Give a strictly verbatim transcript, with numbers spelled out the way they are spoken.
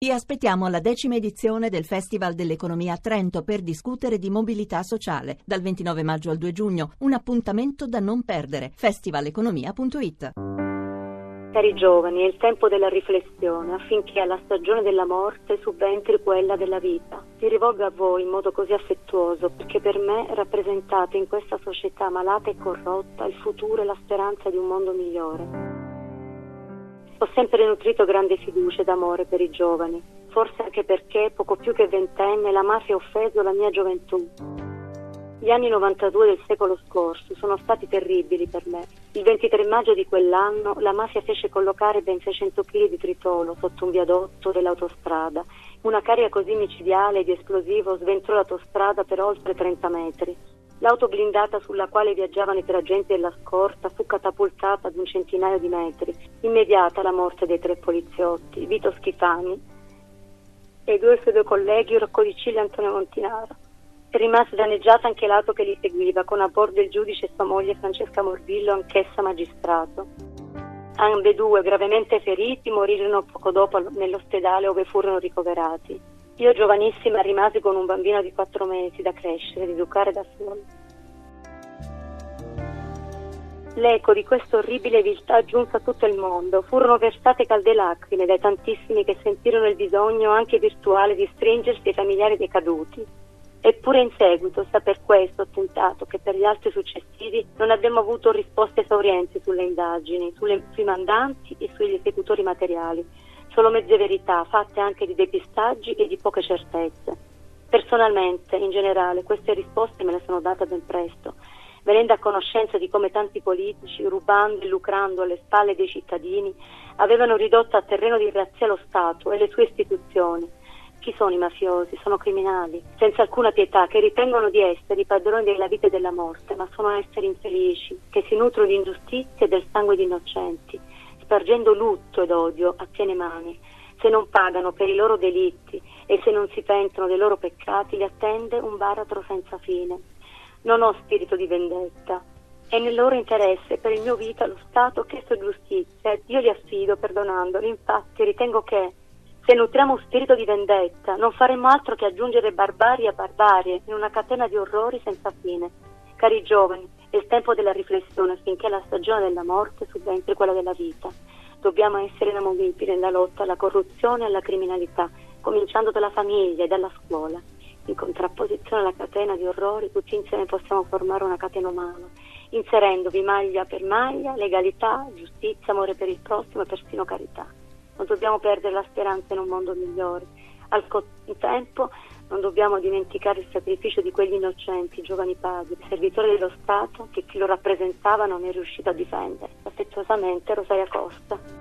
Vi aspettiamo alla decima edizione del Festival dell'Economia a Trento per discutere di mobilità sociale. Dal ventinove maggio al due giugno, un appuntamento da non perdere. festivaleconomia punto it. Cari giovani, è il tempo della riflessione affinché alla stagione della morte subentri quella della vita. Mi rivolgo a voi in modo così affettuoso perché per me rappresentate in questa società malata e corrotta il futuro e la speranza di un mondo migliore. Ho sempre nutrito grande fiducia ed amore per i giovani, forse anche perché, poco più che ventenne, la mafia ha offeso la mia gioventù. Gli anni novantadue del secolo scorso sono stati terribili per me. Il ventitré maggio di quell'anno la mafia fece collocare ben seicento chili di tritolo sotto un viadotto dell'autostrada. Una carica così micidiale di esplosivo sventrò l'autostrada per oltre trenta metri. L'auto blindata sulla quale viaggiavano i tre agenti della scorta fu catapultata ad un centinaio di metri. Immediata la morte dei tre poliziotti, Vito Schifani e i due suoi due colleghi, Rocco Di Cilla e Antonio Montinaro. È rimasta danneggiata anche l'auto che li seguiva, con a bordo il giudice e sua moglie Francesca Morvillo, anch'essa magistrato. Ambedue, gravemente feriti, morirono poco dopo nell'ospedale dove furono ricoverati. Io, giovanissima, rimasi con un bambino di quattro mesi da crescere, da educare da sola. L'eco di questa orribile viltà giunse a tutto il mondo. Furono versate calde lacrime dai tantissimi che sentirono il bisogno, anche virtuale, di stringersi ai familiari dei caduti. Eppure in seguito, sta per questo ho tentato che per gli altri successivi non abbiamo avuto risposte esaurienti sulle indagini, sulle, sui mandanti e sugli esecutori materiali. Solo mezze verità, fatte anche di depistaggi e di poche certezze. Personalmente, in generale, queste risposte me le sono date ben presto, venendo a conoscenza di come tanti politici, rubando e lucrando alle spalle dei cittadini, avevano ridotto a terreno di razzia lo Stato e le sue istituzioni. Chi sono i mafiosi? Sono criminali, senza alcuna pietà, che ritengono di essere i padroni della vita e della morte, ma sono esseri infelici, che si nutrono di ingiustizie e del sangue di innocenti, spargendo lutto ed odio a piene mani. Se non pagano per i loro delitti e se non si pentono dei loro peccati, li attende un baratro senza fine. Non ho spirito di vendetta. È nel loro interesse, per il mio vita, lo Stato ha chiesto giustizia e io li affido perdonandoli. Infatti ritengo che se nutriamo un spirito di vendetta non faremo altro che aggiungere barbarie a barbarie in una catena di orrori senza fine. Cari giovani, è il tempo della riflessione affinché la stagione della morte subentri quella della vita. Dobbiamo essere inamovibili nella lotta alla corruzione e alla criminalità, cominciando dalla famiglia e dalla scuola. In contrapposizione alla catena di orrori, tutti insieme possiamo formare una catena umana, inserendovi maglia per maglia, legalità, giustizia, amore per il prossimo e persino carità. Non dobbiamo perdere la speranza in un mondo migliore. Al contempo non dobbiamo dimenticare il sacrificio di quegli innocenti, giovani padri, servitori dello Stato, che chi lo rappresentava non è riuscito a difendere. Affettuosamente, Rosaria Costa.